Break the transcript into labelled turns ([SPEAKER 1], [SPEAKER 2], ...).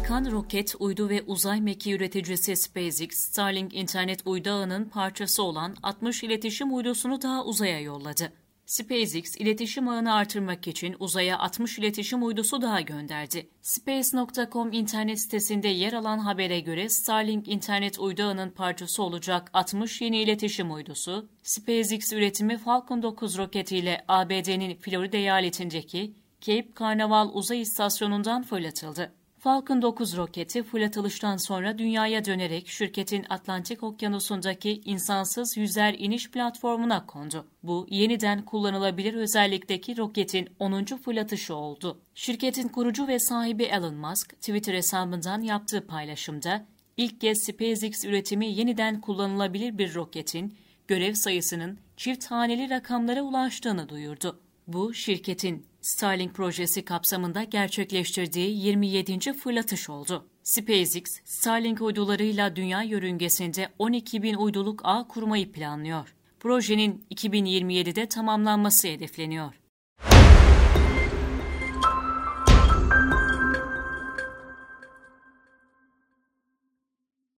[SPEAKER 1] Amerikan roket, uydu ve uzay mekiği üreticisi SpaceX, Starlink internet uydu ağının parçası olan 60 iletişim uydusunu daha uzaya yolladı. SpaceX, iletişim ağını artırmak için uzaya 60 iletişim uydusu daha gönderdi. Space.com internet sitesinde yer alan habere göre Starlink internet uydu ağının parçası olacak 60 yeni iletişim uydusu, SpaceX üretimi Falcon 9 roketiyle ABD'nin Florida eyaletindeki Cape Canaveral uzay istasyonundan fırlatıldı. Falcon 9 roketi fırlatılıştan sonra dünyaya dönerek şirketin Atlantik Okyanusu'ndaki insansız yüzer iniş platformuna kondu. Bu, yeniden kullanılabilir özellikteki roketin 10. fırlatışı oldu. Şirketin kurucu ve sahibi Elon Musk, Twitter hesabından yaptığı paylaşımda, ilk kez SpaceX üretimi yeniden kullanılabilir bir roketin, görev sayısının çift haneli rakamlara ulaştığını duyurdu. Bu, şirketin Starlink projesi kapsamında gerçekleştirdiği 27. fırlatış oldu. SpaceX, Starlink uydularıyla dünya yörüngesinde 12.000 uyduluk ağ kurmayı planlıyor. Projenin 2027'de tamamlanması hedefleniyor.